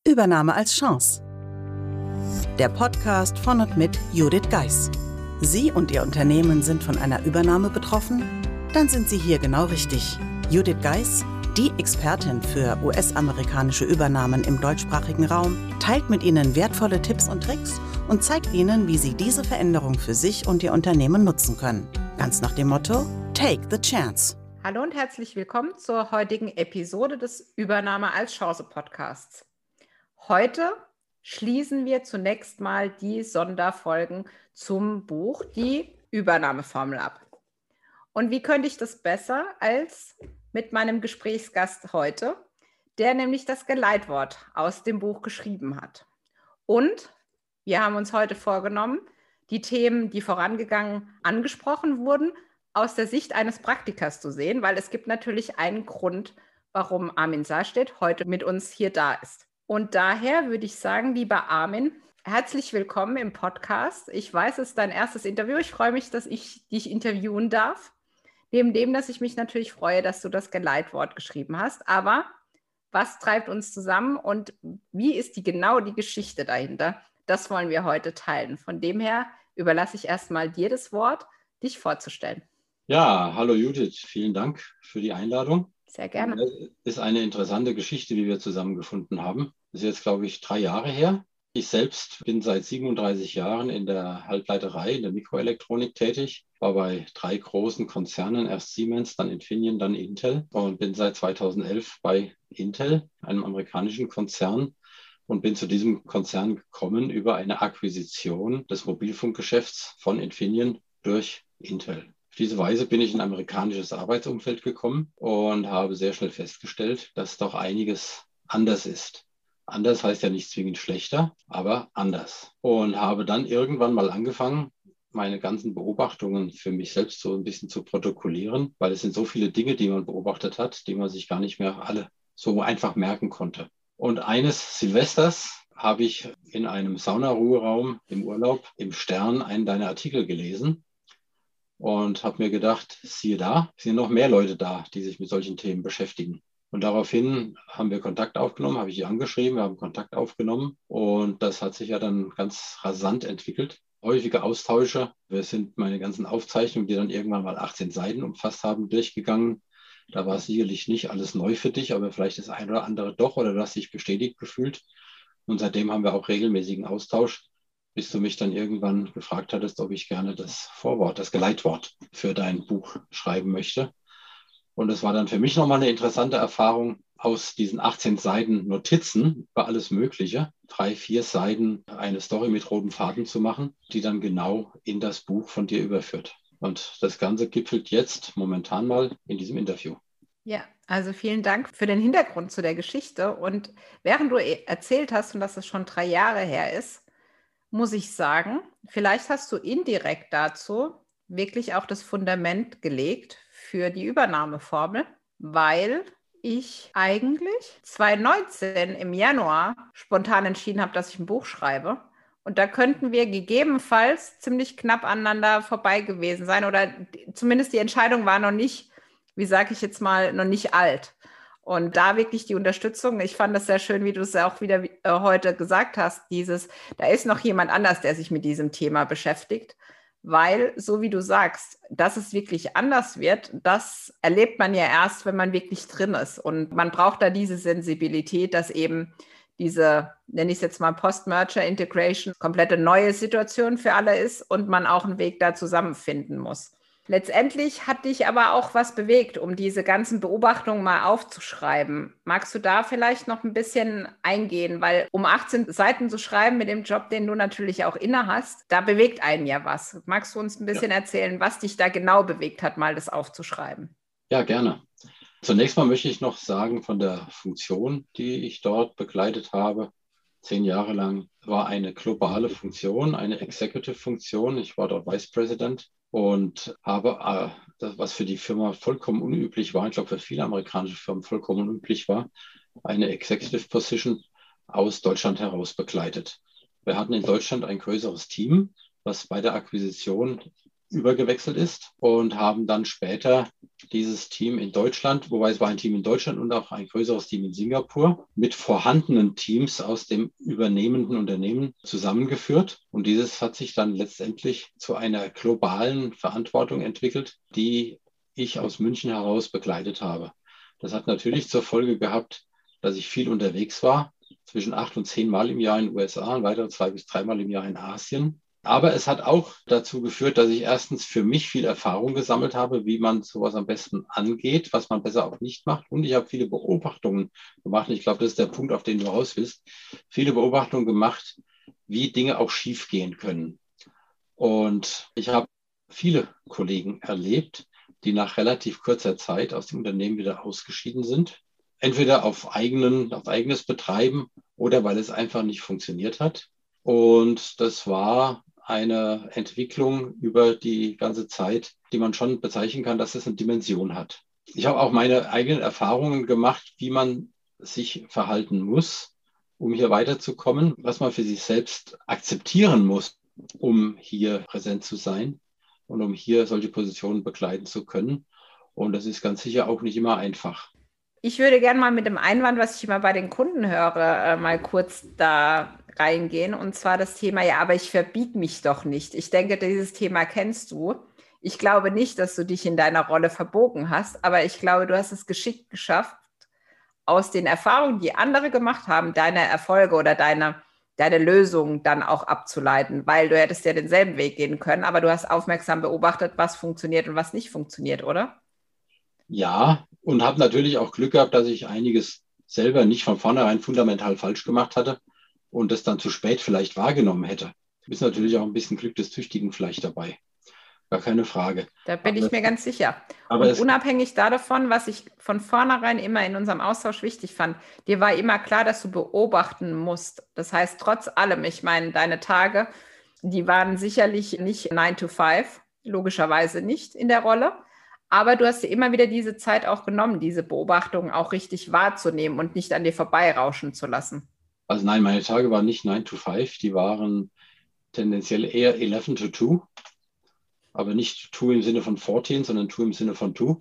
Übernahme als Chance. Der Podcast von und mit Judith Geis. Sie und Ihr Unternehmen sind von einer Übernahme betroffen? Dann sind Sie hier genau richtig. Judith Geis, die Expertin für US-amerikanische Übernahmen im deutschsprachigen Raum, teilt mit Ihnen wertvolle Tipps und Tricks und zeigt Ihnen, wie Sie diese Veränderung für sich und Ihr Unternehmen nutzen können. Ganz nach dem Motto: Take the chance. Hallo und herzlich willkommen zur heutigen Episode des Übernahme als Chance Podcasts. Heute schließen wir zunächst mal die Sonderfolgen zum Buch Die Übernahmeformel ab. Und wie könnte ich das besser als mit meinem Gesprächsgast heute, der nämlich das Geleitwort aus dem Buch geschrieben hat. Und wir haben uns heute vorgenommen, die Themen, die vorangegangen angesprochen wurden, aus der Sicht eines Praktikers zu sehen, weil es gibt natürlich einen Grund, warum Armin Sarstedt heute mit uns hier da ist. Und daher würde ich sagen, lieber Armin, herzlich willkommen im Podcast. Ich weiß, es ist dein erstes Interview. Ich freue mich, dass ich dich interviewen darf. Neben dem, dass ich mich natürlich freue, dass du das Geleitwort geschrieben hast. Aber was treibt uns zusammen und wie ist genau die Geschichte dahinter? Das wollen wir heute teilen. Von dem her überlasse ich erstmal dir das Wort, dich vorzustellen. Ja, hallo Judith, vielen Dank für die Einladung. Sehr gerne. Das ist eine interessante Geschichte, wie wir zusammengefunden haben. Das ist jetzt, glaube ich, 3 Jahre her. Ich selbst bin seit 37 Jahren in der Halbleiterei, in der Mikroelektronik tätig. War bei 3 großen Konzernen, erst Siemens, dann Infineon, dann Intel. Und bin seit 2011 bei Intel, einem amerikanischen Konzern. Und bin zu diesem Konzern gekommen über eine Akquisition des Mobilfunkgeschäfts von Infineon durch Intel. Auf diese Weise bin ich in ein amerikanisches Arbeitsumfeld gekommen und habe sehr schnell festgestellt, dass doch einiges anders ist. Anders heißt ja nicht zwingend schlechter, aber anders. Und habe dann irgendwann mal angefangen, meine ganzen Beobachtungen für mich selbst so ein bisschen zu protokollieren, weil es sind so viele Dinge, die man beobachtet hat, die man sich gar nicht mehr alle so einfach merken konnte. Und eines Silvesters habe ich in einem Saunaruheraum im Urlaub im Stern einen deiner Artikel gelesen. Und habe mir gedacht, siehe da, es sind noch mehr Leute da, die sich mit solchen Themen beschäftigen. Und daraufhin haben wir Kontakt aufgenommen, habe ich sie angeschrieben, wir haben Kontakt aufgenommen. Und das hat sich ja dann ganz rasant entwickelt. Häufige Austausche. Wir sind meine ganzen Aufzeichnungen, die dann irgendwann mal 18 Seiten umfasst haben, durchgegangen. Da war sicherlich nicht alles neu für dich, aber vielleicht das eine oder andere doch, oder du hast dich bestätigt gefühlt. Und seitdem haben wir auch regelmäßigen Austausch, bis du mich dann irgendwann gefragt hattest, ob ich gerne das Vorwort, das Geleitwort für dein Buch schreiben möchte. Und es war dann für mich nochmal eine interessante Erfahrung, aus diesen 18 Seiten Notizen über alles Mögliche 3, 4 Seiten eine Story mit roten Faden zu machen, die dann genau in das Buch von dir überführt. Und das Ganze gipfelt jetzt momentan mal in diesem Interview. Ja, also vielen Dank für den Hintergrund zu der Geschichte. Und während du erzählt hast, und dass es schon 3 Jahre her ist, muss ich sagen, vielleicht hast du indirekt dazu wirklich auch das Fundament gelegt für die Übernahmeformel, weil ich eigentlich 2019 im Januar spontan entschieden habe, dass ich ein Buch schreibe. Und da könnten wir gegebenenfalls ziemlich knapp aneinander vorbei gewesen sein oder zumindest die Entscheidung war noch nicht, wie sage ich jetzt mal, noch nicht alt. Und da wirklich die Unterstützung, ich fand das sehr schön, wie du es auch wieder heute gesagt hast, da ist noch jemand anders, der sich mit diesem Thema beschäftigt, weil, so wie du sagst, dass es wirklich anders wird, das erlebt man ja erst, wenn man wirklich drin ist. Und man braucht da diese Sensibilität, dass eben diese, nenne ich es jetzt mal Post-Merger Integration, komplette neue Situation für alle ist und man auch einen Weg da zusammenfinden muss. Letztendlich hat dich aber auch was bewegt, um diese ganzen Beobachtungen mal aufzuschreiben. Magst du da vielleicht noch ein bisschen eingehen? Weil um 18 Seiten zu schreiben mit dem Job, den du natürlich auch inne hast, da bewegt einen ja was. Magst du uns ein bisschen erzählen, was dich da genau bewegt hat, mal das aufzuschreiben? Ja, gerne. Zunächst mal möchte ich noch sagen, von der Funktion, die ich dort begleitet habe, 10 Jahre lang, war eine globale Funktion, eine Executive-Funktion. Ich war dort Vice President und habe, was für die Firma vollkommen unüblich war, ich glaube für viele amerikanische Firmen vollkommen unüblich war, eine Executive Position aus Deutschland heraus begleitet. Wir hatten in Deutschland ein größeres Team, was bei der Akquisition übergewechselt ist und haben dann später dieses Team in Deutschland, wobei es war ein Team in Deutschland und auch ein größeres Team in Singapur, mit vorhandenen Teams aus dem übernehmenden Unternehmen zusammengeführt. Und dieses hat sich dann letztendlich zu einer globalen Verantwortung entwickelt, die ich aus München heraus begleitet habe. Das hat natürlich zur Folge gehabt, dass ich viel unterwegs war, zwischen 8 und 10 Mal im Jahr in den USA und weitere 2 bis 3 Mal im Jahr in Asien. Aber es hat auch dazu geführt, dass ich erstens für mich viel Erfahrung gesammelt habe, wie man sowas am besten angeht, was man besser auch nicht macht. Und ich habe viele Beobachtungen gemacht. Und ich glaube, das ist der Punkt, auf den du raus willst. Viele Beobachtungen gemacht, wie Dinge auch schief gehen können. Und ich habe viele Kollegen erlebt, die nach relativ kurzer Zeit aus dem Unternehmen wieder ausgeschieden sind. Entweder auf eigenes Betreiben oder weil es einfach nicht funktioniert hat. Und das war eine Entwicklung über die ganze Zeit, die man schon bezeichnen kann, dass es eine Dimension hat. Ich habe auch meine eigenen Erfahrungen gemacht, wie man sich verhalten muss, um hier weiterzukommen, was man für sich selbst akzeptieren muss, um hier präsent zu sein und um hier solche Positionen begleiten zu können. Und das ist ganz sicher auch nicht immer einfach. Ich würde gerne mal mit dem Einwand, was ich immer bei den Kunden höre, mal kurz da reingehen. Und zwar das Thema, ja, aber ich verbiege mich doch nicht. Ich denke, dieses Thema kennst du. Ich glaube nicht, dass du dich in deiner Rolle verbogen hast, aber ich glaube, du hast es geschickt geschafft, aus den Erfahrungen, die andere gemacht haben, deine Erfolge oder deine Lösungen dann auch abzuleiten, weil du hättest ja denselben Weg gehen können, aber du hast aufmerksam beobachtet, was funktioniert und was nicht funktioniert, oder? Ja, und habe natürlich auch Glück gehabt, dass ich einiges selber nicht von vornherein fundamental falsch gemacht hatte und das dann zu spät vielleicht wahrgenommen hätte. Ist natürlich auch ein bisschen Glück des Tüchtigen vielleicht dabei. Gar keine Frage. Da bin ich mir ganz sicher. Aber und unabhängig davon, was ich von vornherein immer in unserem Austausch wichtig fand, dir war immer klar, dass du beobachten musst. Das heißt, trotz allem, ich meine, deine Tage, die waren sicherlich nicht 9 to 5, logischerweise nicht in der Rolle. Aber du hast dir immer wieder diese Zeit auch genommen, diese Beobachtungen auch richtig wahrzunehmen und nicht an dir vorbeirauschen zu lassen. Also nein, meine Tage waren nicht 9 to 5, die waren tendenziell eher 11 to 2. Aber nicht 2 im Sinne von 14, sondern 2 im Sinne von 2,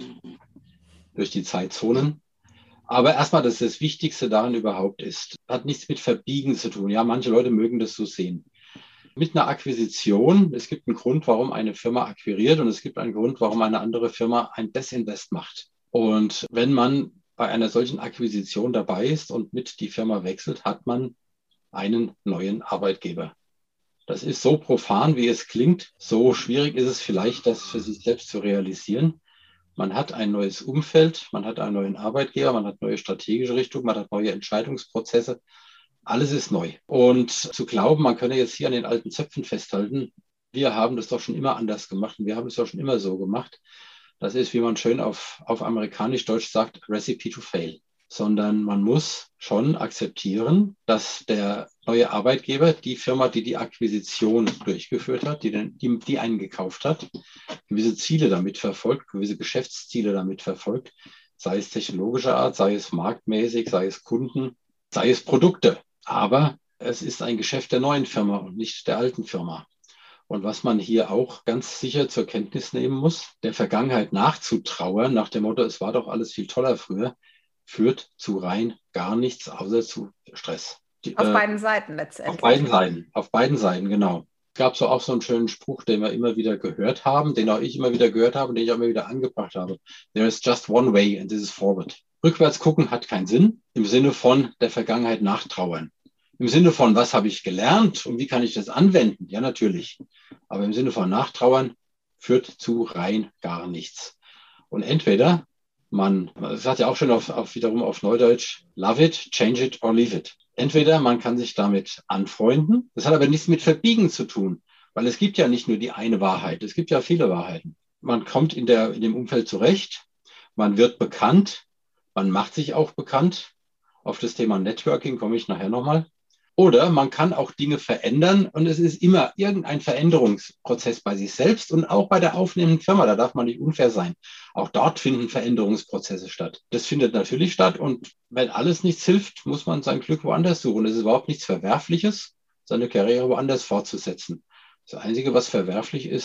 durch die Zeitzonen. Aber erstmal, dass das Wichtigste daran überhaupt ist, hat nichts mit Verbiegen zu tun. Ja, manche Leute mögen das so sehen. Mit einer Akquisition, es gibt einen Grund, warum eine Firma akquiriert und es gibt einen Grund, warum eine andere Firma ein Desinvest macht. Und wenn man bei einer solchen Akquisition dabei ist und mit die Firma wechselt, hat man einen neuen Arbeitgeber. Das ist so profan, wie es klingt. So schwierig ist es vielleicht, das für sich selbst zu realisieren. Man hat ein neues Umfeld, man hat einen neuen Arbeitgeber, man hat neue strategische Richtungen, man hat neue Entscheidungsprozesse. Alles ist neu. Und zu glauben, man könne jetzt hier an den alten Zöpfen festhalten, wir haben das doch schon immer anders gemacht und wir haben es doch schon immer so gemacht. Das ist, wie man schön auf amerikanisch-deutsch sagt, Recipe to fail. Sondern man muss schon akzeptieren, dass der neue Arbeitgeber, die Firma, die die Akquisition durchgeführt hat, die einen gekauft hat, gewisse Ziele damit verfolgt, gewisse Geschäftsziele damit verfolgt, sei es technologischer Art, sei es marktmäßig, sei es Kunden, sei es Produkte. Aber es ist ein Geschäft der neuen Firma und nicht der alten Firma. Und was man hier auch ganz sicher zur Kenntnis nehmen muss, der Vergangenheit nachzutrauern, nach dem Motto, es war doch alles viel toller früher, führt zu rein gar nichts, außer zu Stress. Auf beiden Seiten letztendlich. Auf beiden Seiten, genau. Es gab auch so einen schönen Spruch, den wir immer wieder gehört haben, den auch ich immer wieder gehört habe und den ich auch immer wieder angebracht habe. There is just one way and this is forward. Rückwärts gucken hat keinen Sinn, im Sinne von der Vergangenheit nachtrauern. Im Sinne von, was habe ich gelernt und wie kann ich das anwenden? Ja, natürlich. Aber im Sinne von nachtrauern führt zu rein gar nichts. Und entweder das sagt ja auch schon wiederum auf Neudeutsch, love it, change it or leave it. Entweder man kann sich damit anfreunden, das hat aber nichts mit Verbiegen zu tun, weil es gibt ja nicht nur die eine Wahrheit, es gibt ja viele Wahrheiten. Man kommt in dem Umfeld zurecht, man wird bekannt, man macht sich auch bekannt. Auf das Thema Networking komme ich nachher nochmal. Oder man kann auch Dinge verändern und es ist immer irgendein Veränderungsprozess bei sich selbst und auch bei der aufnehmenden Firma. Da darf man nicht unfair sein. Auch dort finden Veränderungsprozesse statt. Das findet natürlich statt und wenn alles nichts hilft, muss man sein Glück woanders suchen. Es ist überhaupt nichts Verwerfliches, seine Karriere woanders fortzusetzen. Das Einzige, was verwerflich ist,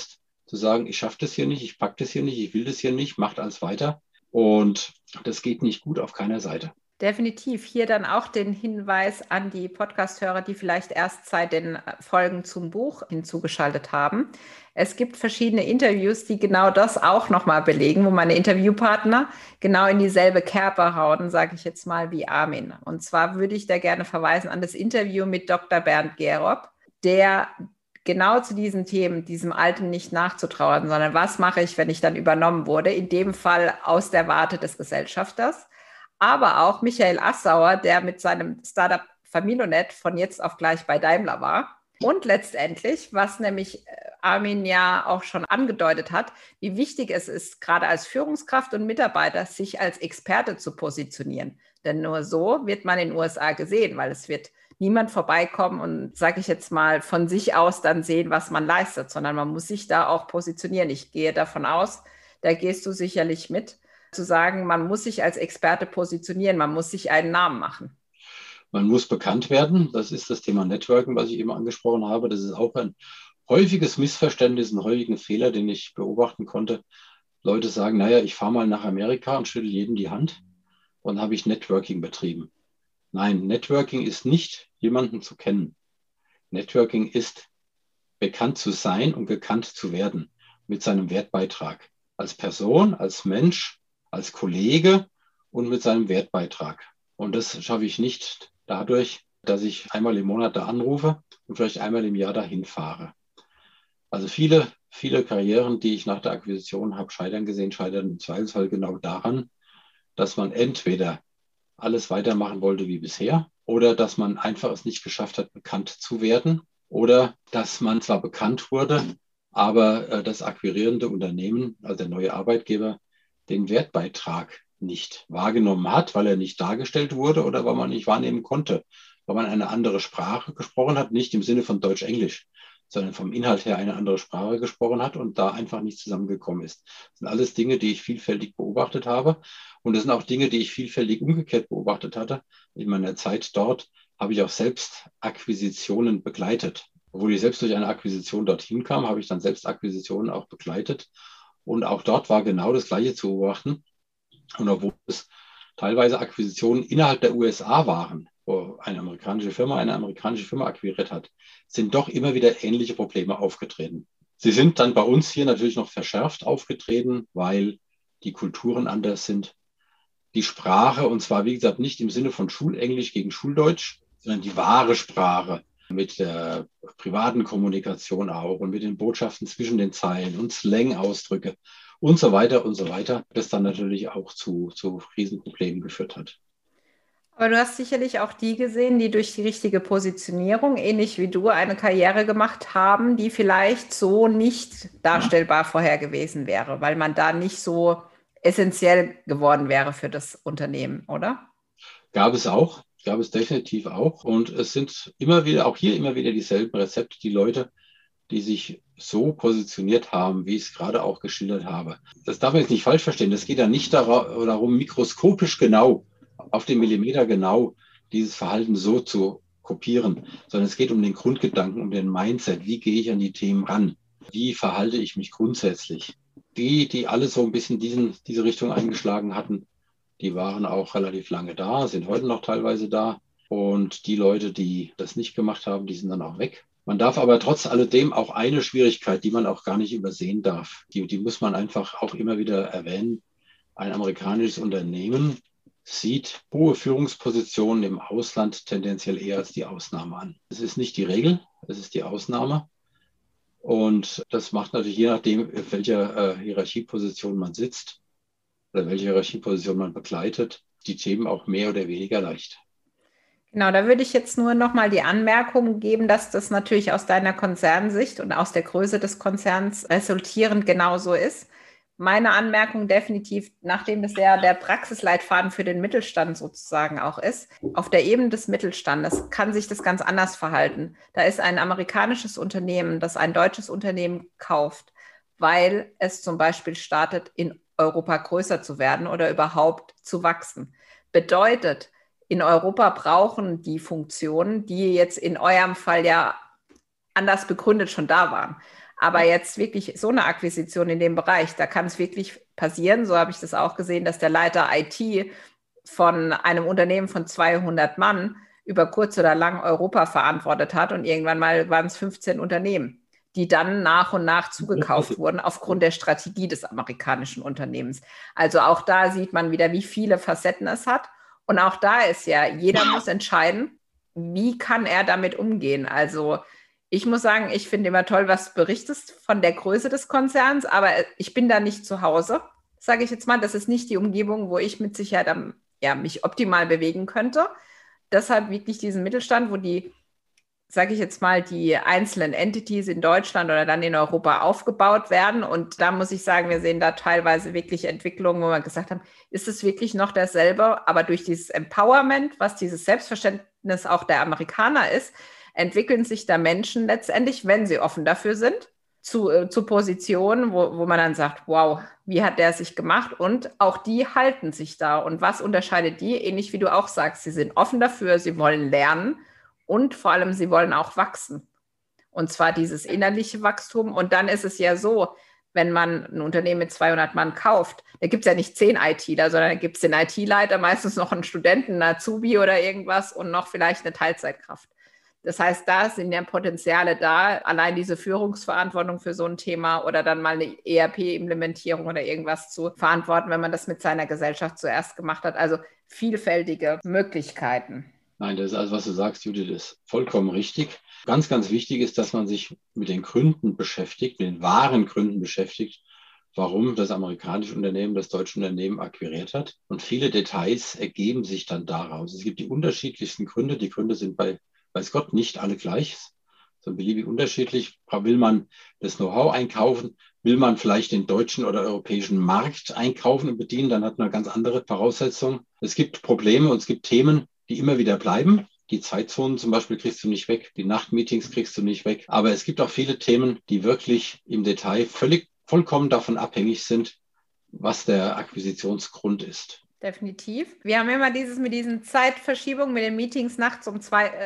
zu sagen, ich schaffe das hier nicht, ich packe das hier nicht, ich will das hier nicht, macht alles weiter. Und das geht nicht gut auf keiner Seite. Definitiv. Hier dann auch den Hinweis an die Podcast-Hörer, die vielleicht erst seit den Folgen zum Buch hinzugeschaltet haben. Es gibt verschiedene Interviews, die genau das auch nochmal belegen, wo meine Interviewpartner genau in dieselbe Kerbe hauen, sage ich jetzt mal, wie Armin. Und zwar würde ich da gerne verweisen an das Interview mit Dr. Bernd Gerob, der genau zu diesen Themen, diesem Alten nicht nachzutrauern, sondern was mache ich, wenn ich dann übernommen wurde, in dem Fall aus der Warte des Gesellschafters. Aber auch Michael Assauer, der mit seinem Startup Familonet von jetzt auf gleich bei Daimler war. Und letztendlich, was nämlich Armin ja auch schon angedeutet hat, wie wichtig es ist, gerade als Führungskraft und Mitarbeiter, sich als Experte zu positionieren. Denn nur so wird man in den USA gesehen, weil es wird niemand vorbeikommen und, sage ich jetzt mal, von sich aus dann sehen, was man leistet, sondern man muss sich da auch positionieren. Ich gehe davon aus, da gehst du sicherlich mit, zu sagen, man muss sich als Experte positionieren, man muss sich einen Namen machen. Man muss bekannt werden. Das ist das Thema Networking, was ich eben angesprochen habe. Das ist auch ein häufiges Missverständnis, ein häufiger Fehler, den ich beobachten konnte. Leute sagen, naja, ich fahre mal nach Amerika und schüttel jedem die Hand und dann habe ich Networking betrieben. Nein, Networking ist nicht, jemanden zu kennen. Networking ist, bekannt zu sein und gekannt zu werden mit seinem Wertbeitrag. Als Person, als Mensch, als Kollege und mit seinem Wertbeitrag. Und das schaffe ich nicht dadurch, dass ich einmal im Monat da anrufe und vielleicht einmal im Jahr dahin fahre. Also viele Karrieren, die ich nach der Akquisition habe scheitern gesehen, scheitern im Zweifelsfall genau daran, dass man entweder alles weitermachen wollte wie bisher oder dass man einfach es nicht geschafft hat, bekannt zu werden oder dass man zwar bekannt wurde, aber das akquirierende Unternehmen, also der neue Arbeitgeber, den Wertbeitrag nicht wahrgenommen hat, weil er nicht dargestellt wurde oder weil man nicht wahrnehmen konnte, weil man eine andere Sprache gesprochen hat, nicht im Sinne von Deutsch-Englisch, sondern vom Inhalt her eine andere Sprache gesprochen hat und da einfach nicht zusammengekommen ist. Das sind alles Dinge, die ich vielfältig beobachtet habe und das sind auch Dinge, die ich vielfältig umgekehrt beobachtet hatte. In meiner Zeit dort habe ich auch selbst Akquisitionen begleitet. Obwohl ich selbst durch eine Akquisition dorthin kam, habe ich dann selbst Akquisitionen auch begleitet. Und auch dort war genau das Gleiche zu beobachten. Und obwohl es teilweise Akquisitionen innerhalb der USA waren, wo eine amerikanische Firma akquiriert hat, sind doch immer wieder ähnliche Probleme aufgetreten. Sie sind dann bei uns hier natürlich noch verschärft aufgetreten, weil die Kulturen anders sind. Die Sprache, und zwar, wie gesagt, nicht im Sinne von Schulenglisch gegen Schuldeutsch, sondern die wahre Sprache mit der privaten Kommunikation auch und mit den Botschaften zwischen den Zeilen und Slang-Ausdrücke und so weiter, das dann natürlich auch zu Riesenproblemen geführt hat. Aber du hast sicherlich auch die gesehen, die durch die richtige Positionierung, ähnlich wie du, eine Karriere gemacht haben, die vielleicht so nicht darstellbar vorher gewesen wäre, weil man da nicht so essentiell geworden wäre für das Unternehmen, oder? Gab es definitiv auch. Und es sind immer wieder dieselben Rezepte, die Leute, die sich so positioniert haben, wie ich es gerade auch geschildert habe. Das darf man jetzt nicht falsch verstehen. Das geht ja nicht darum, mikroskopisch genau, auf den Millimeter genau, dieses Verhalten so zu kopieren, sondern es geht um den Grundgedanken, um den Mindset. Wie gehe ich an die Themen ran? Wie verhalte ich mich grundsätzlich? Die alle so ein bisschen diese Richtung eingeschlagen hatten, die waren auch relativ lange da, sind heute noch teilweise da. Und die Leute, die das nicht gemacht haben, die sind dann auch weg. Man darf aber trotz alledem auch eine Schwierigkeit, die man auch gar nicht übersehen darf, die muss man einfach auch immer wieder erwähnen. Ein amerikanisches Unternehmen sieht hohe Führungspositionen im Ausland tendenziell eher als die Ausnahme an. Es ist nicht die Regel, es ist die Ausnahme. Und das macht natürlich, je nachdem, auf welcher Hierarchieposition man sitzt oder welche Hierarchieposition man begleitet, die Themen auch mehr oder weniger leicht. Genau, da würde ich jetzt nur noch mal die Anmerkung geben, dass das natürlich aus deiner Konzernsicht und aus der Größe des Konzerns resultierend genauso ist. Meine Anmerkung definitiv, nachdem das ja der Praxisleitfaden für den Mittelstand sozusagen auch ist, auf der Ebene des Mittelstandes kann sich das ganz anders verhalten. Da ist ein amerikanisches Unternehmen, das ein deutsches Unternehmen kauft, weil es zum Beispiel startet, in Europa größer zu werden oder überhaupt zu wachsen. Bedeutet, in Europa brauchen die Funktionen, die jetzt in eurem Fall ja anders begründet schon da waren. Aber jetzt wirklich so eine Akquisition in dem Bereich, da kann es wirklich passieren, so habe ich das auch gesehen, dass der Leiter IT von einem Unternehmen von 200 Mann über kurz oder lang Europa verantwortet hat und irgendwann mal waren es 15 Unternehmen, die dann nach und nach zugekauft wurden aufgrund der Strategie des amerikanischen Unternehmens. Also auch da sieht man wieder, wie viele Facetten es hat. Und auch da ist ja, jeder muss entscheiden, wie kann er damit umgehen. Also ich muss sagen, ich finde immer toll, was du berichtest von der Größe des Konzerns, aber ich bin da nicht zu Hause, sage ich jetzt mal. Das ist nicht die Umgebung, wo ich mit Sicherheit mich optimal bewegen könnte. Deshalb wirklich diesen Mittelstand, wo die, sage ich jetzt mal, die einzelnen Entities in Deutschland oder dann in Europa aufgebaut werden. Und da muss ich sagen, wir sehen da teilweise wirklich Entwicklungen, wo wir gesagt haben, ist es wirklich noch dasselbe? Aber durch dieses Empowerment, was dieses Selbstverständnis auch der Amerikaner ist, entwickeln sich da Menschen letztendlich, wenn sie offen dafür sind, zu Positionen, wo man dann sagt, wow, wie hat der sich gemacht? Und auch die halten sich da. Und was unterscheidet die? Ähnlich wie du auch sagst, sie sind offen dafür, sie wollen lernen und vor allem, sie wollen auch wachsen. Und zwar dieses innerliche Wachstum. Und dann ist es ja so, wenn man ein Unternehmen mit 200 Mann kauft, da gibt es ja nicht 10 ITler, sondern da gibt es den IT-Leiter, meistens noch einen Studenten, einen Azubi oder irgendwas und noch vielleicht eine Teilzeitkraft. Das heißt, da sind ja Potenziale da, allein diese Führungsverantwortung für so ein Thema oder dann mal eine ERP-Implementierung oder irgendwas zu verantworten, wenn man das mit seiner Gesellschaft zuerst gemacht hat. Also vielfältige Möglichkeiten. Nein, das ist also, was du sagst, Judith, ist vollkommen richtig. Ganz, ganz wichtig ist, dass man sich mit den Gründen beschäftigt, mit den wahren Gründen beschäftigt, warum das amerikanische Unternehmen das deutsche Unternehmen akquiriert hat. Und viele Details ergeben sich dann daraus. Es gibt die unterschiedlichsten Gründe. Die Gründe sind weiß Gott, nicht alle gleich, sondern beliebig unterschiedlich. Will man das Know-how einkaufen? Will man vielleicht den deutschen oder europäischen Markt einkaufen und bedienen? Dann hat man ganz andere Voraussetzungen. Es gibt Probleme und es gibt Themen, die immer wieder bleiben. Die Zeitzonen zum Beispiel kriegst du nicht weg, die Nachtmeetings kriegst du nicht weg. Aber es gibt auch viele Themen, die wirklich im Detail vollkommen davon abhängig sind, was der Akquisitionsgrund ist. Definitiv. Wir haben immer mit diesen Zeitverschiebungen, mit den Meetings nachts um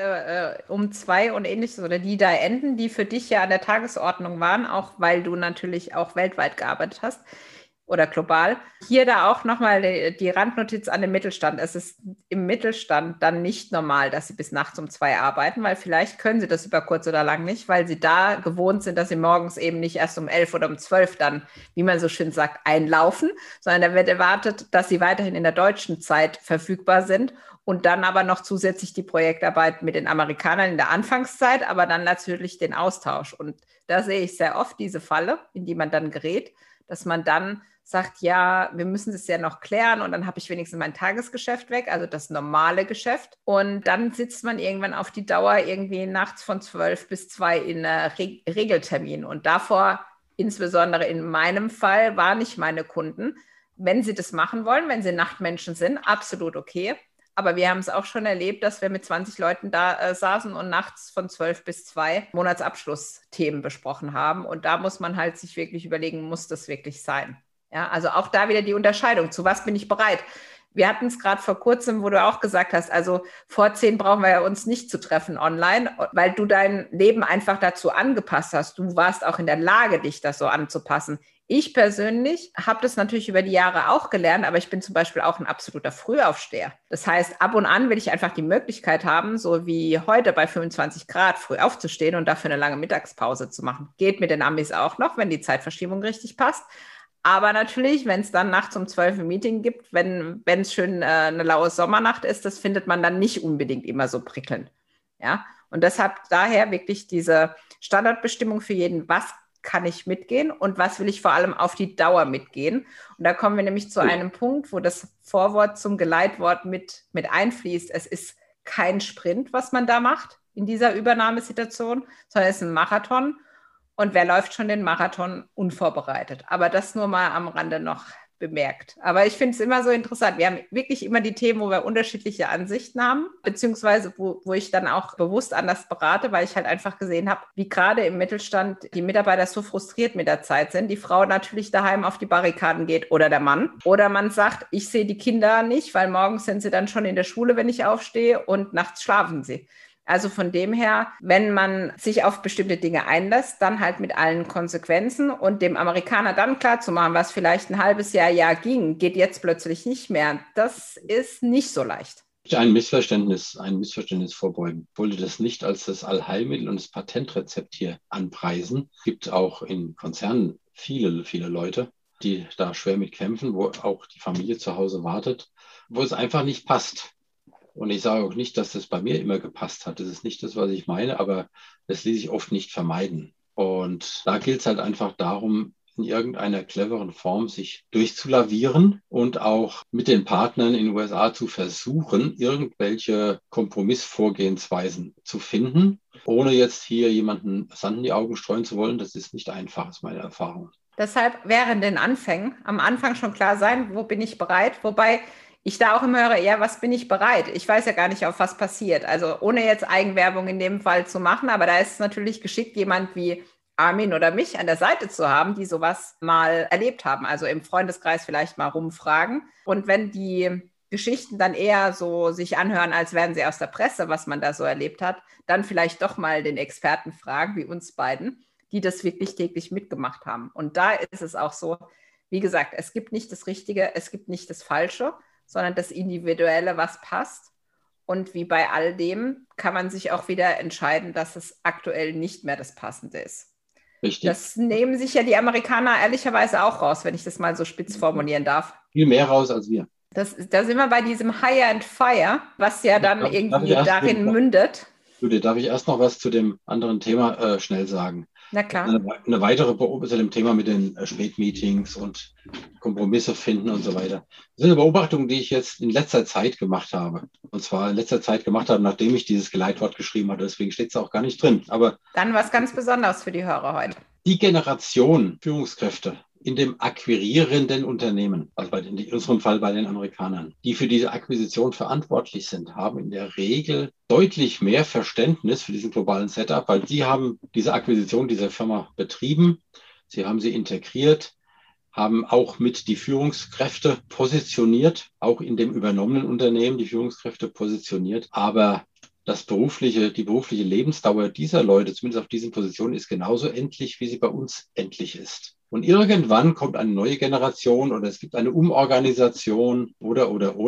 zwei und ähnliches oder die da enden, die für dich ja an der Tagesordnung waren, auch weil du natürlich auch weltweit gearbeitet hast oder global. Hier da auch nochmal die Randnotiz an den Mittelstand. Es ist im Mittelstand dann nicht normal, dass sie bis nachts um 2 arbeiten, weil vielleicht können sie das über kurz oder lang nicht, weil sie da gewohnt sind, dass sie morgens eben nicht erst um 11 oder um 12 dann, wie man so schön sagt, einlaufen, sondern da wird erwartet, dass sie weiterhin in der deutschen Zeit verfügbar sind und dann aber noch zusätzlich die Projektarbeit mit den Amerikanern in der Anfangszeit, aber dann natürlich den Austausch. Und da sehe ich sehr oft diese Falle, in die man dann gerät, dass man dann sagt, ja, wir müssen das ja noch klären und dann habe ich wenigstens mein Tagesgeschäft weg, also das normale Geschäft. Und dann sitzt man irgendwann auf die Dauer irgendwie nachts von 12 bis 2 in Regeltermin. Und davor, insbesondere in meinem Fall, waren nicht meine Kunden. Wenn sie das machen wollen, wenn sie Nachtmenschen sind, absolut okay. Aber wir haben es auch schon erlebt, dass wir mit 20 Leuten da saßen und nachts von 12 bis 2 Monatsabschlussthemen besprochen haben. Und da muss man halt sich wirklich überlegen, muss das wirklich sein? Ja, also auch da wieder die Unterscheidung, zu was bin ich bereit? Wir hatten es gerade vor kurzem, wo du auch gesagt hast, also vor 10 brauchen wir ja uns nicht zu treffen online, weil du dein Leben einfach dazu angepasst hast. Du warst auch in der Lage, dich das so anzupassen. Ich persönlich habe das natürlich über die Jahre auch gelernt, aber ich bin zum Beispiel auch ein absoluter Frühaufsteher. Das heißt, ab und an will ich einfach die Möglichkeit haben, so wie heute bei 25 Grad früh aufzustehen und dafür eine lange Mittagspause zu machen. Geht mit den Amis auch noch, wenn die Zeitverschiebung richtig passt. Aber natürlich, wenn es dann nachts um 12 ein Meeting gibt, wenn es schön eine laue Sommernacht ist, das findet man dann nicht unbedingt immer so prickelnd. Ja? Und deshalb daher wirklich diese Standardbestimmung für jeden, was kann ich mitgehen und was will ich vor allem auf die Dauer mitgehen. Und da kommen wir nämlich zu einem Punkt, wo das Vorwort zum Geleitwort mit einfließt. Es ist kein Sprint, was man da macht in dieser Übernahmesituation, sondern es ist ein Marathon. Und wer läuft schon den Marathon unvorbereitet? Aber das nur mal am Rande noch bemerkt. Aber ich finde es immer so interessant. Wir haben wirklich immer die Themen, wo wir unterschiedliche Ansichten haben, beziehungsweise wo ich dann auch bewusst anders berate, weil ich halt einfach gesehen habe, wie gerade im Mittelstand die Mitarbeiter so frustriert mit der Zeit sind. Die Frau natürlich daheim auf die Barrikaden geht oder der Mann. Oder man sagt, ich sehe die Kinder nicht, weil morgens sind sie dann schon in der Schule, wenn ich aufstehe und nachts schlafen sie. Also von dem her, wenn man sich auf bestimmte Dinge einlässt, dann halt mit allen Konsequenzen und dem Amerikaner dann klarzumachen, was vielleicht ein halbes Jahr ging, geht jetzt plötzlich nicht mehr. Das ist nicht so leicht. Ein Missverständnis vorbeugen. Ich wollte das nicht als das Allheilmittel und das Patentrezept hier anpreisen. Es gibt auch in Konzernen viele, viele Leute, die da schwer mit kämpfen, wo auch die Familie zu Hause wartet, wo es einfach nicht passt. Und ich sage auch nicht, dass das bei mir immer gepasst hat. Das ist nicht das, was ich meine, aber das ließ sich oft nicht vermeiden. Und da gilt es halt einfach darum, in irgendeiner cleveren Form sich durchzulavieren und auch mit den Partnern in den USA zu versuchen, irgendwelche Kompromissvorgehensweisen zu finden, ohne jetzt hier jemanden Sand in die Augen streuen zu wollen. Das ist nicht einfach, ist meine Erfahrung. Deshalb während den Anfängen am Anfang schon klar sein, wo bin ich bereit, wobei ich da auch immer höre, ja, was bin ich bereit? Ich weiß ja gar nicht, auf was passiert. Also ohne jetzt Eigenwerbung in dem Fall zu machen, aber da ist es natürlich geschickt, jemand wie Armin oder mich an der Seite zu haben, die sowas mal erlebt haben. Also im Freundeskreis vielleicht mal rumfragen. Und wenn die Geschichten dann eher so sich anhören, als wären sie aus der Presse, was man da so erlebt hat, dann vielleicht doch mal den Experten fragen, wie uns beiden, die das wirklich täglich mitgemacht haben. Und da ist es auch so, wie gesagt, es gibt nicht das Richtige, es gibt nicht das Falsche, sondern das Individuelle, was passt. Und wie bei all dem kann man sich auch wieder entscheiden, dass es aktuell nicht mehr das Passende ist. Richtig. Das nehmen sich ja die Amerikaner ehrlicherweise auch raus, wenn ich das mal so spitz formulieren darf. Viel mehr raus als wir. Da sind wir bei diesem Hire and Fire, was ja dann irgendwie darin mündet. Judith, darf ich erst noch was zu dem anderen Thema schnell sagen? Na klar. Eine weitere Beobachtung zu dem Thema mit den Spätmeetings und Kompromisse finden und so weiter. Das ist eine Beobachtung, die ich jetzt in letzter Zeit gemacht habe. Und zwar in letzter Zeit gemacht habe, nachdem ich dieses Geleitwort geschrieben hatte. Deswegen steht es auch gar nicht drin. Aber dann was ganz Besonderes für die Hörer heute. Die Generation Führungskräfte in dem akquirierenden Unternehmen, also in unserem Fall bei den Amerikanern, die für diese Akquisition verantwortlich sind, haben in der Regel deutlich mehr Verständnis für diesen globalen Setup, weil sie haben diese Akquisition dieser Firma betrieben, sie haben sie integriert, haben auch mit die Führungskräfte positioniert, auch in dem übernommenen Unternehmen die Führungskräfte positioniert, aber die berufliche Lebensdauer dieser Leute, zumindest auf diesen Positionen, ist genauso endlich, wie sie bei uns endlich ist. Und irgendwann kommt eine neue Generation oder es gibt eine Umorganisation oder.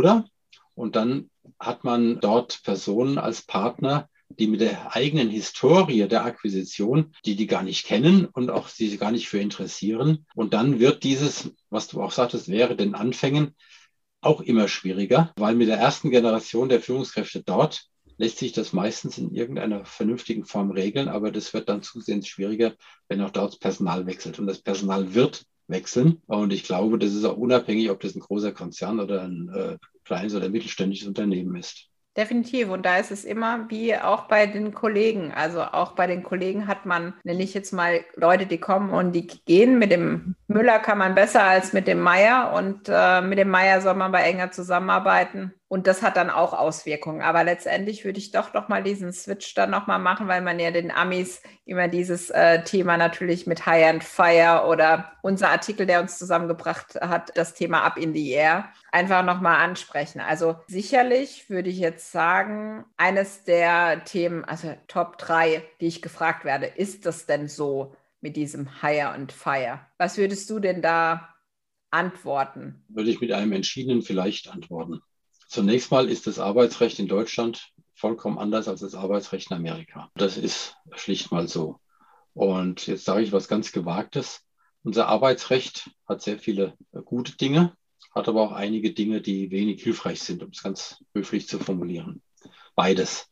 Und dann hat man dort Personen als Partner, die mit der eigenen Historie der Akquisition, die gar nicht kennen und auch sie gar nicht für interessieren. Und dann wird dieses, was du auch sagtest, wäre den Anfängen auch immer schwieriger, weil mit der ersten Generation der Führungskräfte dort lässt sich das meistens in irgendeiner vernünftigen Form regeln, aber das wird dann zusehends schwieriger, wenn auch dort das Personal wechselt. Und das Personal wird wechseln. Und ich glaube, das ist auch unabhängig, ob das ein großer Konzern oder ein kleines oder mittelständisches Unternehmen ist. Definitiv. Und da ist es immer wie auch bei den Kollegen. Also auch bei den Kollegen hat man, nenne ich jetzt mal, Leute, die kommen und die gehen. Mit dem Müller kann man besser als mit dem Meier. Und mit dem Meier soll man aber enger zusammenarbeiten. Und das hat dann auch Auswirkungen. Aber letztendlich würde ich doch mal diesen Switch dann nochmal machen, weil man ja den Amis immer dieses Thema natürlich mit Hire and Fire oder unser Artikel, der uns zusammengebracht hat, das Thema Up in the Air, einfach nochmal ansprechen. Also sicherlich würde ich jetzt sagen, eines der Themen, also Top 3, die ich gefragt werde, ist das denn so mit diesem Hire and Fire? Was würdest du denn da antworten? Würde ich mit einem entschiedenen Vielleicht antworten. Zunächst mal ist das Arbeitsrecht in Deutschland vollkommen anders als das Arbeitsrecht in Amerika. Das ist schlicht mal so. Und jetzt sage ich was ganz Gewagtes. Unser Arbeitsrecht hat sehr viele gute Dinge, hat aber auch einige Dinge, die wenig hilfreich sind, um es ganz höflich zu formulieren. Beides.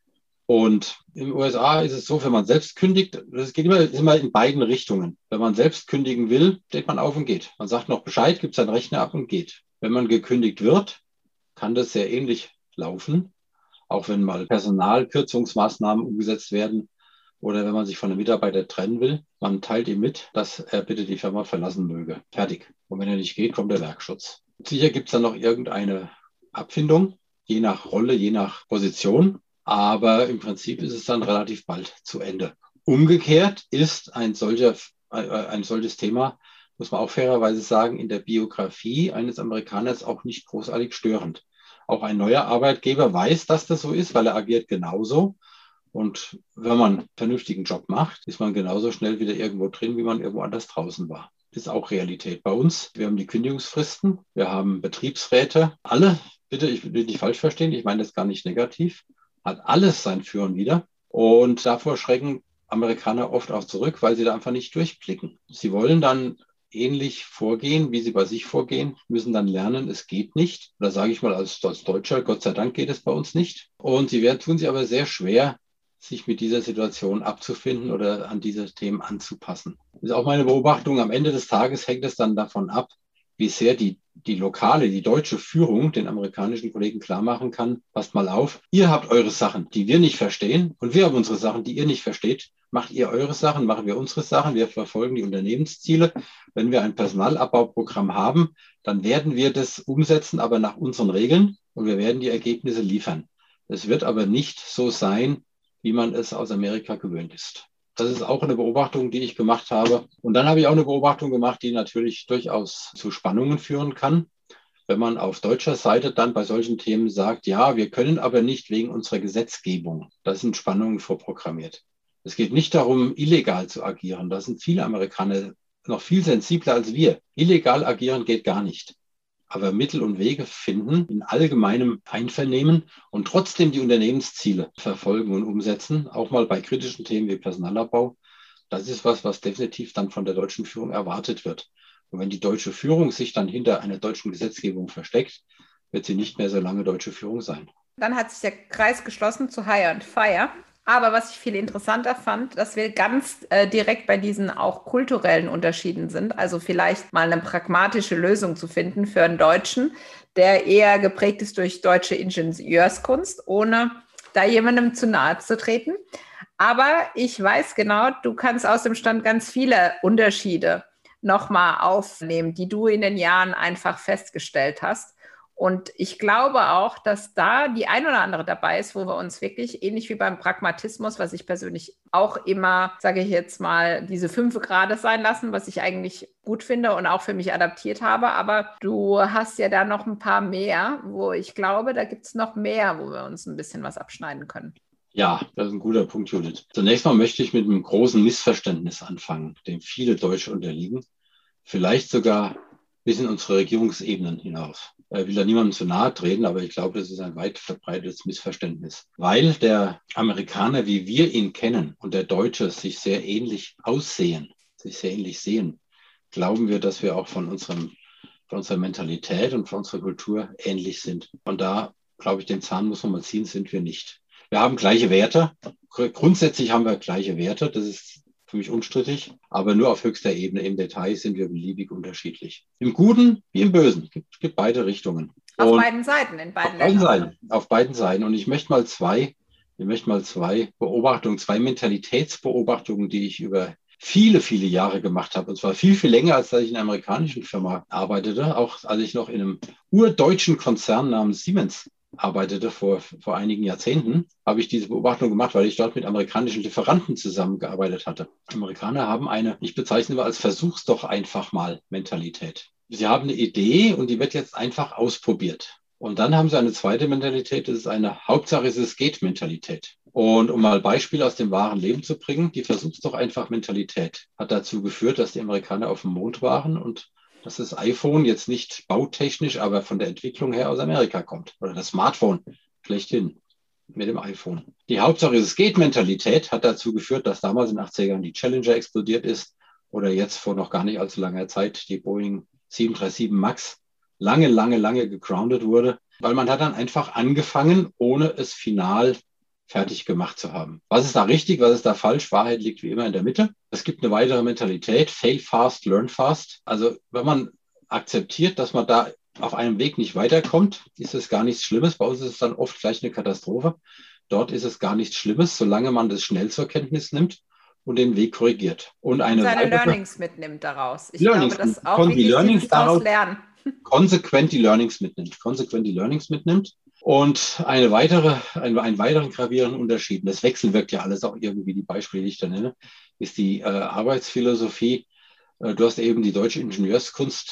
Und in den USA ist es so, wenn man selbst kündigt, das geht immer in beiden Richtungen. Wenn man selbst kündigen will, steht man auf und geht. Man sagt noch Bescheid, gibt seinen Rechner ab und geht. Wenn man gekündigt wird, kann das sehr ähnlich laufen, auch wenn mal Personalkürzungsmaßnahmen umgesetzt werden oder wenn man sich von einem Mitarbeiter trennen will. Man teilt ihm mit, dass er bitte die Firma verlassen möge. Fertig. Und wenn er nicht geht, kommt der Werkschutz. Sicher gibt es dann noch irgendeine Abfindung, je nach Rolle, je nach Position. Aber im Prinzip ist es dann relativ bald zu Ende. Umgekehrt ist ein solches Thema, muss man auch fairerweise sagen, in der Biografie eines Amerikaners auch nicht großartig störend. Auch ein neuer Arbeitgeber weiß, dass das so ist, weil er agiert genauso. Und wenn man einen vernünftigen Job macht, ist man genauso schnell wieder irgendwo drin, wie man irgendwo anders draußen war. Das ist auch Realität bei uns. Wir haben die Kündigungsfristen, wir haben Betriebsräte, alle, bitte, ich will nicht falsch verstehen, ich meine das gar nicht negativ, hat alles sein Für und Wider. Und davor schrecken Amerikaner oft auch zurück, weil sie da einfach nicht durchblicken. Sie wollen dann ähnlich vorgehen, wie sie bei sich vorgehen, müssen dann lernen, es geht nicht. Da sage ich mal als Deutscher, Gott sei Dank geht es bei uns nicht. Und tun sich aber sehr schwer, sich mit dieser Situation abzufinden oder an diese Themen anzupassen. Das ist auch meine Beobachtung. Am Ende des Tages hängt es dann davon ab, wie sehr die deutsche Führung den amerikanischen Kollegen klar machen kann, passt mal auf, ihr habt eure Sachen, die wir nicht verstehen und wir haben unsere Sachen, die ihr nicht versteht. Macht ihr eure Sachen, machen wir unsere Sachen, wir verfolgen die Unternehmensziele. Wenn wir ein Personalabbauprogramm haben, dann werden wir das umsetzen, aber nach unseren Regeln und wir werden die Ergebnisse liefern. Es wird aber nicht so sein, wie man es aus Amerika gewöhnt ist. Das ist auch eine Beobachtung, die ich gemacht habe. Und dann habe ich auch eine Beobachtung gemacht, die natürlich durchaus zu Spannungen führen kann. Wenn man auf deutscher Seite dann bei solchen Themen sagt, ja, wir können aber nicht wegen unserer Gesetzgebung. Da sind Spannungen vorprogrammiert. Es geht nicht darum, illegal zu agieren. Da sind viele Amerikaner noch viel sensibler als wir. Illegal agieren geht gar nicht. Aber Mittel und Wege finden in allgemeinem Einvernehmen und trotzdem die Unternehmensziele verfolgen und umsetzen, auch mal bei kritischen Themen wie Personalabbau. Das ist was definitiv dann von der deutschen Führung erwartet wird. Und wenn die deutsche Führung sich dann hinter einer deutschen Gesetzgebung versteckt, wird sie nicht mehr so lange deutsche Führung sein. Dann hat sich der Kreis geschlossen zu Hire and Fire. Aber was ich viel interessanter fand, dass wir ganz direkt bei diesen auch kulturellen Unterschieden sind. Also vielleicht mal eine pragmatische Lösung zu finden für einen Deutschen, der eher geprägt ist durch deutsche Ingenieurskunst, ohne da jemandem zu nahe zu treten. Aber ich weiß genau, du kannst aus dem Stand ganz viele Unterschiede nochmal aufnehmen, die du in den Jahren einfach festgestellt hast. Und ich glaube auch, dass da die ein oder andere dabei ist, wo wir uns wirklich, ähnlich wie beim Pragmatismus, was ich persönlich auch immer, sage ich jetzt mal, diese 5 Grad sein lassen, was ich eigentlich gut finde und auch für mich adaptiert habe. Aber du hast ja da noch ein paar mehr, wo ich glaube, da gibt es noch mehr, wo wir uns ein bisschen was abschneiden können. Ja, das ist ein guter Punkt, Judith. Zunächst mal möchte ich mit einem großen Missverständnis anfangen, dem viele Deutsche unterliegen. Vielleicht sogar bis in unsere Regierungsebenen hinaus. Ich will da niemandem zu nahe treten, aber ich glaube, das ist ein weit verbreitetes Missverständnis. Weil der Amerikaner, wie wir ihn kennen, und der Deutsche sich sehr ähnlich aussehen, sich sehr ähnlich sehen, glauben wir, dass wir auch von unserer Mentalität und von unserer Kultur ähnlich sind. Und da, glaube ich, den Zahn muss man mal ziehen, sind wir nicht. Wir haben gleiche Werte. Grundsätzlich haben wir gleiche Werte. Das ist für mich unstrittig, aber nur auf höchster Ebene. Im Detail sind wir beliebig unterschiedlich. Im Guten wie im Bösen. Es gibt beide Richtungen. Auf beiden Seiten, in beiden Ländern. Auf beiden Seiten. Und ich möchte mal zwei Beobachtungen, 2 Mentalitätsbeobachtungen, die ich über viele, viele Jahre gemacht habe. Und zwar viel, viel länger, als ich in einer amerikanischen Firma arbeitete. Auch als ich noch in einem urdeutschen Konzern namens Siemens arbeitete vor einigen Jahrzehnten, habe ich diese Beobachtung gemacht, weil ich dort mit amerikanischen Lieferanten zusammengearbeitet hatte. Amerikaner haben ich bezeichne wir als Versuch's doch einfach mal Mentalität. Sie haben eine Idee und die wird jetzt einfach ausprobiert. Und dann haben sie eine zweite Mentalität, das ist eine Hauptsache es geht Mentalität. Und um mal Beispiele aus dem wahren Leben zu bringen, die Versuch's doch einfach Mentalität hat dazu geführt, dass die Amerikaner auf dem Mond waren und dass das iPhone jetzt nicht bautechnisch, aber von der Entwicklung her aus Amerika kommt. Oder das Smartphone schlechthin mit dem iPhone. Die Hauptsache es geht Mentalität hat dazu geführt, dass damals in den 80er Jahren die Challenger explodiert ist oder jetzt vor noch gar nicht allzu langer Zeit die Boeing 737 MAX lange gegroundet wurde, weil man hat dann einfach angefangen, ohne es final fertig gemacht zu haben. Was ist da richtig, was ist da falsch? Wahrheit liegt wie immer in der Mitte. Es gibt eine weitere Mentalität, fail fast, learn fast. Also wenn man akzeptiert, dass man da auf einem Weg nicht weiterkommt, ist es gar nichts Schlimmes. Bei uns ist es dann oft gleich eine Katastrophe. Dort ist es gar nichts Schlimmes, solange man das schnell zur Kenntnis nimmt und den Weg korrigiert. Und seine Learnings mitnimmt daraus. Ich glaube, das ist auch wichtig, daraus lernen. Konsequent die Learnings mitnimmt. Und einen weiteren gravierenden Unterschied, und das wechselwirkt ja alles auch irgendwie, die Beispiele, die ich da nenne, ist die Arbeitsphilosophie. Du hast eben die deutsche Ingenieurskunst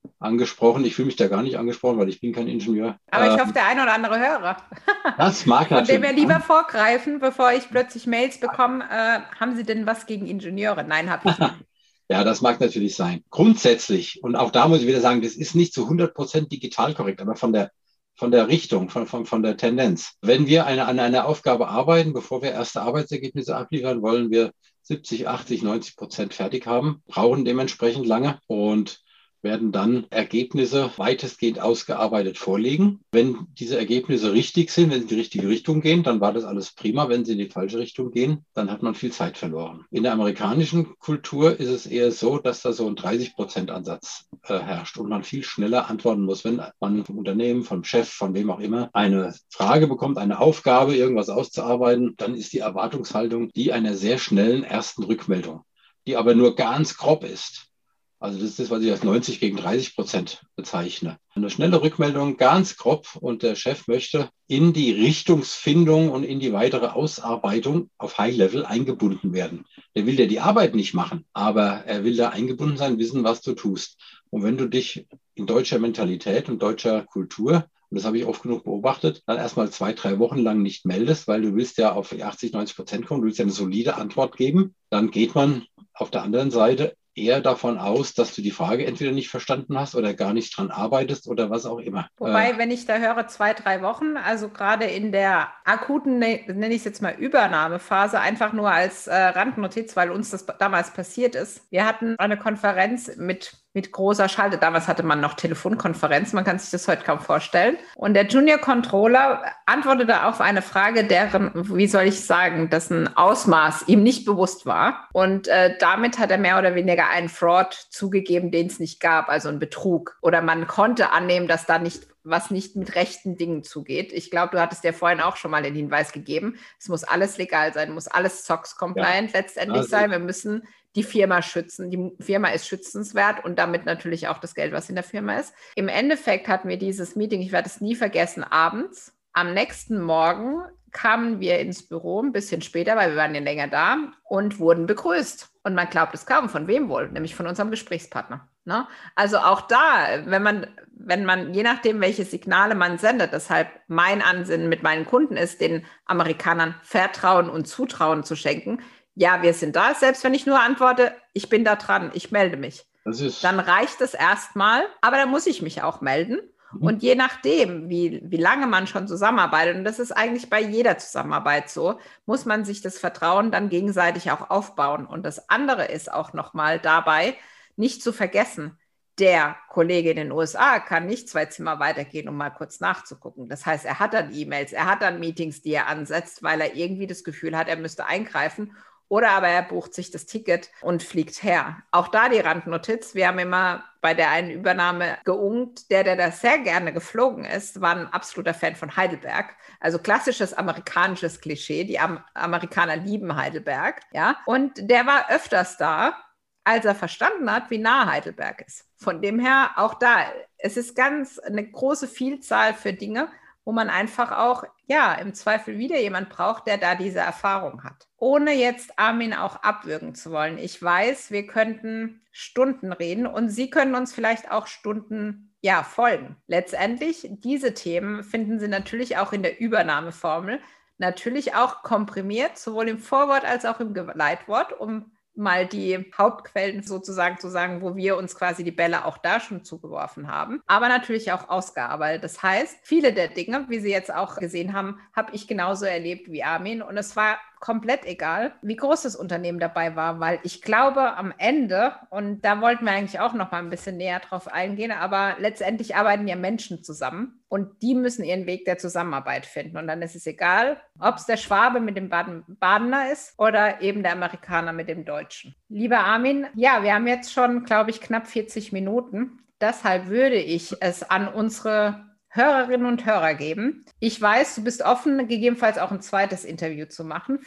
angesprochen. Ich fühle mich da gar nicht angesprochen, weil ich bin kein Ingenieur. Aber ich hoffe, der eine oder andere Hörer. Das mag Von dem natürlich wir lieber vorgreifen, bevor ich plötzlich Mails bekomme, haben Sie denn was gegen Ingenieure? Nein, habe ich nicht. Ja, das mag natürlich sein. Grundsätzlich, und auch da muss ich wieder sagen, das ist nicht zu 100% digital korrekt, aber von der Richtung, von der Tendenz. Wenn wir an einer Aufgabe arbeiten, bevor wir erste Arbeitsergebnisse abliefern, wollen wir 70, 80, 90% fertig haben, brauchen dementsprechend lange und werden dann Ergebnisse weitestgehend ausgearbeitet vorlegen. Wenn diese Ergebnisse richtig sind, wenn sie in die richtige Richtung gehen, dann war das alles prima. Wenn sie in die falsche Richtung gehen, dann hat man viel Zeit verloren. In der amerikanischen Kultur ist es eher so, dass da so ein 30%-Ansatz herrscht und man viel schneller antworten muss. Wenn man vom Unternehmen, vom Chef, von wem auch immer eine Frage bekommt, eine Aufgabe, irgendwas auszuarbeiten, dann ist die Erwartungshaltung die einer sehr schnellen ersten Rückmeldung, die aber nur ganz grob ist. Also das ist das, was ich als 90 gegen 30% bezeichne. Eine schnelle Rückmeldung, ganz grob, und der Chef möchte in die Richtungsfindung und in die weitere Ausarbeitung auf High-Level eingebunden werden. Der will ja die Arbeit nicht machen, aber er will da eingebunden sein, wissen, was du tust. Und wenn du dich in deutscher Mentalität und deutscher Kultur, und das habe ich oft genug beobachtet, dann erstmal 2, 3 Wochen lang nicht meldest, weil du willst ja auf 80, 90% kommen, du willst ja eine solide Antwort geben, dann geht man auf der anderen Seite eher davon aus, dass du die Frage entweder nicht verstanden hast oder gar nicht dran arbeitest oder was auch immer. Wobei, wenn ich da höre 2, 3 Wochen, also gerade in der akuten, nenne ich es jetzt mal Übernahmephase, einfach nur als Randnotiz, weil uns das damals passiert ist. Wir hatten eine Konferenz mit großer Schalte. Damals hatte man noch Telefonkonferenz, man kann sich das heute kaum vorstellen. Und der Junior Controller antwortete auf eine Frage, deren, wie soll ich sagen, dessen Ausmaß ihm nicht bewusst war. Und damit hat er mehr oder weniger einen Fraud zugegeben, den es nicht gab, also einen Betrug. Oder man konnte annehmen, dass da was nicht mit rechten Dingen zugeht. Ich glaube, du hattest ja vorhin auch schon mal den Hinweis gegeben, es muss alles legal sein, muss alles SOX-compliant letztendlich sein. Wir müssen die Firma schützen. Die Firma ist schützenswert und damit natürlich auch das Geld, was in der Firma ist. Im Endeffekt hatten wir dieses Meeting, ich werde es nie vergessen, abends. Am nächsten Morgen kamen wir ins Büro, ein bisschen später, weil wir waren ja länger da, und wurden begrüßt. Und man glaubt es kaum, von wem wohl? Nämlich von unserem Gesprächspartner. Ne? Also auch da, wenn man, je nachdem, welche Signale man sendet, deshalb mein Ansinnen mit meinen Kunden ist, den Amerikanern Vertrauen und Zutrauen zu schenken. Ja, wir sind da, selbst wenn ich nur antworte, ich bin da dran, ich melde mich. Dann reicht es erstmal, aber dann muss ich mich auch melden. Und je nachdem, wie lange man schon zusammenarbeitet, und das ist eigentlich bei jeder Zusammenarbeit so, muss man sich das Vertrauen dann gegenseitig auch aufbauen. Und das andere ist auch nochmal dabei, nicht zu vergessen, der Kollege in den USA kann nicht 2 Zimmer weitergehen, um mal kurz nachzugucken. Das heißt, er hat dann E-Mails, er hat dann Meetings, die er ansetzt, weil er irgendwie das Gefühl hat, er müsste eingreifen. Oder aber er bucht sich das Ticket und fliegt her. Auch da die Randnotiz. Wir haben immer bei der einen Übernahme geungt. Der da sehr gerne geflogen ist, war ein absoluter Fan von Heidelberg. Also klassisches amerikanisches Klischee. Die Amerikaner lieben Heidelberg. Ja? Und der war öfters da, als er verstanden hat, wie nah Heidelberg ist. Von dem her auch da. Es ist ganz eine große Vielzahl für Dinge, wo man einfach auch, ja, im Zweifel wieder jemand braucht, der da diese Erfahrung hat. Ohne jetzt Armin auch abwürgen zu wollen. Ich weiß, wir könnten Stunden reden und Sie können uns vielleicht auch Stunden, ja, folgen. Letztendlich, diese Themen finden Sie natürlich auch in der Übernahmeformel, natürlich auch komprimiert, sowohl im Vorwort als auch im Geleitwort, um mal die Hauptquellen sozusagen zu sagen, wo wir uns quasi die Bälle auch da schon zugeworfen haben, aber natürlich auch ausgearbeitet. Das heißt, viele der Dinge, wie Sie jetzt auch gesehen haben, habe ich genauso erlebt wie Armin, und es war komplett egal, wie groß das Unternehmen dabei war, weil ich glaube am Ende, und da wollten wir eigentlich auch noch mal ein bisschen näher drauf eingehen, aber letztendlich arbeiten ja Menschen zusammen und die müssen ihren Weg der Zusammenarbeit finden, und dann ist es egal, ob es der Schwabe mit dem Badener ist oder eben der Amerikaner mit dem Deutschen. Lieber Armin, ja, wir haben jetzt schon, glaube ich, knapp 40 Minuten. Deshalb würde ich es an unsere Hörerinnen und Hörer geben. Ich weiß, du bist offen, gegebenenfalls auch ein zweites Interview zu machen.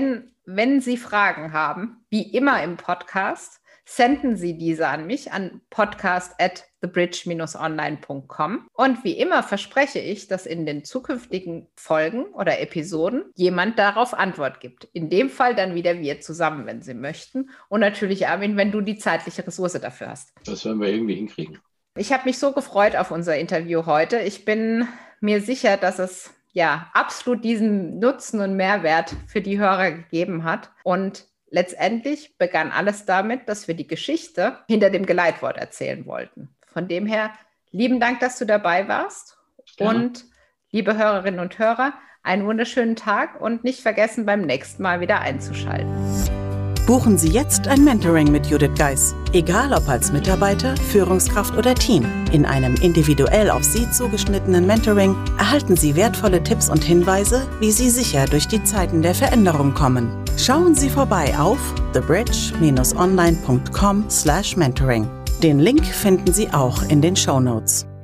Wenn Sie Fragen haben, wie immer im Podcast, senden Sie diese an mich, an podcast@thebridge-online.com. Und wie immer verspreche ich, dass in den zukünftigen Folgen oder Episoden jemand darauf Antwort gibt. In dem Fall dann wieder wir zusammen, wenn Sie möchten. Und natürlich, Armin, wenn du die zeitliche Ressource dafür hast. Das werden wir irgendwie hinkriegen. Ich habe mich so gefreut auf unser Interview heute. Ich bin mir sicher, dass es absolut diesen Nutzen und Mehrwert für die Hörer gegeben hat. Und letztendlich begann alles damit, dass wir die Geschichte hinter dem Geleitwort erzählen wollten. Von dem her, lieben Dank, dass du dabei warst. Ja. Und liebe Hörerinnen und Hörer, einen wunderschönen Tag und nicht vergessen, beim nächsten Mal wieder einzuschalten. Buchen Sie jetzt ein Mentoring mit Judith Geis. Egal ob als Mitarbeiter, Führungskraft oder Team. In einem individuell auf Sie zugeschnittenen Mentoring erhalten Sie wertvolle Tipps und Hinweise, wie Sie sicher durch die Zeiten der Veränderung kommen. Schauen Sie vorbei auf thebridge-online.com/mentoring. Den Link finden Sie auch in den Shownotes.